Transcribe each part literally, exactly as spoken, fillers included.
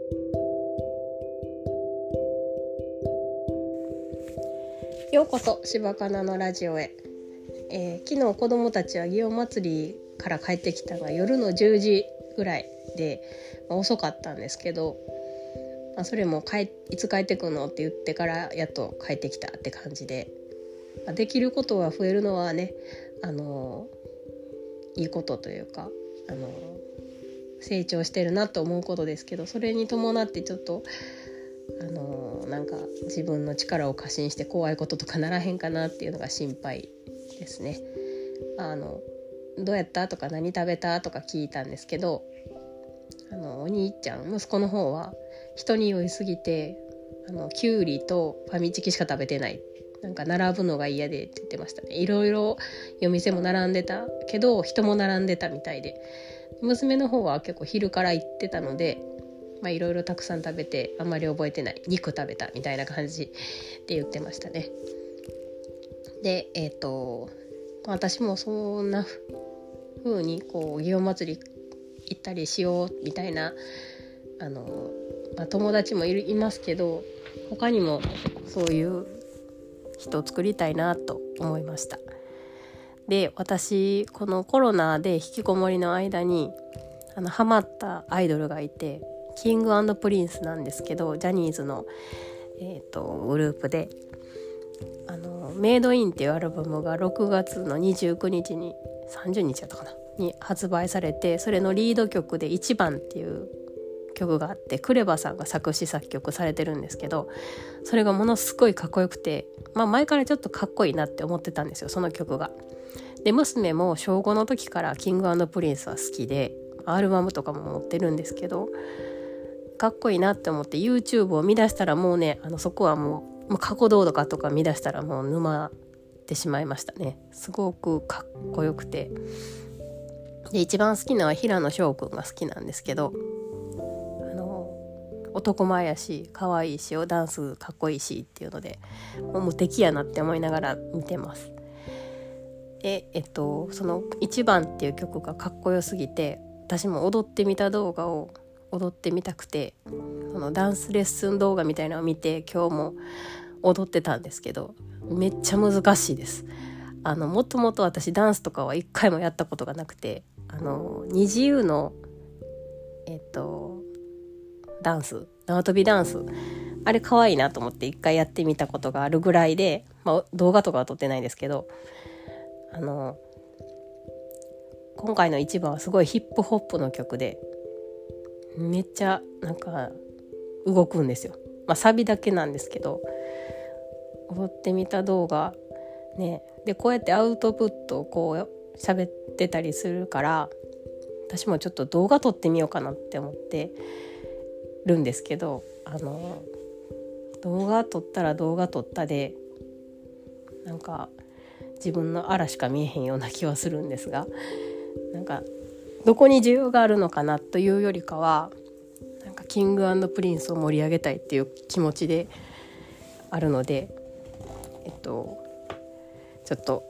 ようこそ柴かなのラジオへ。えー、昨日子どもたちは祇園祭りから帰ってきたのが夜のじゅうじぐらいで、まあ、遅かったんですけど、まあ、それも帰いつ帰ってくるのって言ってからやっと帰ってきたって感じで、まあ、できることが増えるのはね、あのー、いいことというか、あのー、成長してるなと思うことですけど、それに伴ってちょっとあのー、なんか自分の力を過信して怖いこととかならへんかなっていうのが心配ですね。あのどうやったとか何食べたとか聞いたんですけど、あのお兄ちゃん息子の方は人に酔いすぎてあのキュウリとファミチキしか食べてない、なんか並ぶのが嫌でって言ってましたね。いろいろ夜店も並んでたけど人も並んでたみたいで、娘の方は結構昼から行ってたので、まあいろいろたくさん食べてあんまり覚えてない、肉食べたみたいな感じで言ってましたね。でえっと私もそんな風にこう祇園祭り行ったりしようみたいなあの、まあ、友達もいるいますけど、他にもそういう人を作りたいなと思いました。で私このコロナで引きこもりの間にあのハマったアイドルがいて、キング&プリンスなんですけど、ジャニーズの、えーと、グループであのメイドインっていうアルバムがろくがつのにじゅうくにちにさんじゅうにちだったかなに発売されて、それのリード曲でいちばんっていう曲があって、クレバさんが作詞作曲されてるんですけど、それがものすごいかっこよくて、まあ、前からちょっとかっこいいなって思ってたんですよ、その曲が。で娘も小ごの時からキング&プリンスは好きでアルバムとかも持ってるんですけど、かっこいいなって思って YouTube を見出したらもうね、あのそこはもう、もう過去動画とか見出したらもう沼ってしまいましたね。すごくかっこよくて、で一番好きなのは平野紫耀くんが好きなんですけど、あの男前やし可愛いしダンスかっこいいしっていうのでもう無敵やなって思いながら見てます。でえっとそのいちばんっていう曲がかっこよすぎて、私も踊ってみた動画を踊ってみたくて、そのダンスレッスン動画みたいなのを見て今日も踊ってたんですけど、めっちゃ難しいです。あのもともと私ダンスとかは一回もやったことがなくて、あの二自由のえっとダンス、縄跳びダンス、あれ可愛いなと思って一回やってみたことがあるぐらいで、まあ、動画とかは撮ってないですけど、あの今回のいちばんはすごいヒップホップの曲でめっちゃなんか動くんですよ。まあサビだけなんですけど、踊ってみた動画ね、でこうやってアウトプットをこう喋ってたりするから、私もちょっと動画撮ってみようかなって思ってるんですけど、あの動画撮ったら動画撮ったでなんか自分のあらしか見えへんような気はするんですが、なんかどこに需要があるのかなというよりかは、なんかキング&プリンスを盛り上げたいっていう気持ちであるので、えっとちょっと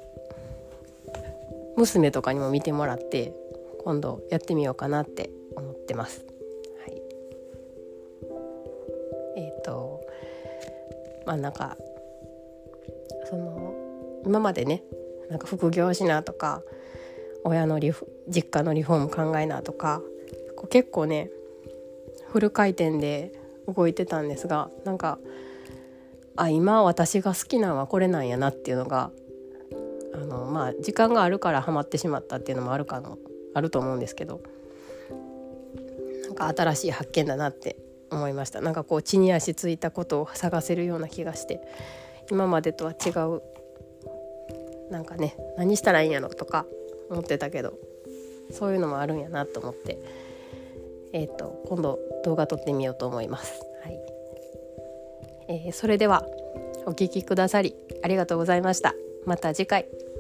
娘とかにも見てもらって今度やってみようかなって思ってます。はい、えっとまあなんかその今までね、なんか副業しなとか親のリフ実家のリフォーム考えなとか、こう結構ねフル回転で動いてたんですが、なんかあ今私が好きなのはこれなんやなっていうのが、あのまあ時間があるからハマってしまったっていうのもあるかのあると思うんですけど、なんか新しい発見だなって思いました。なんかこう地に足ついたことを探せるような気がして、今までとは違う、なんかね何したらいいんやろとか思ってたけど、そういうのもあるんやなと思って、えーと、今度動画撮ってみようと思います。はい、えー、それではお聞きくださりありがとうございました。また次回。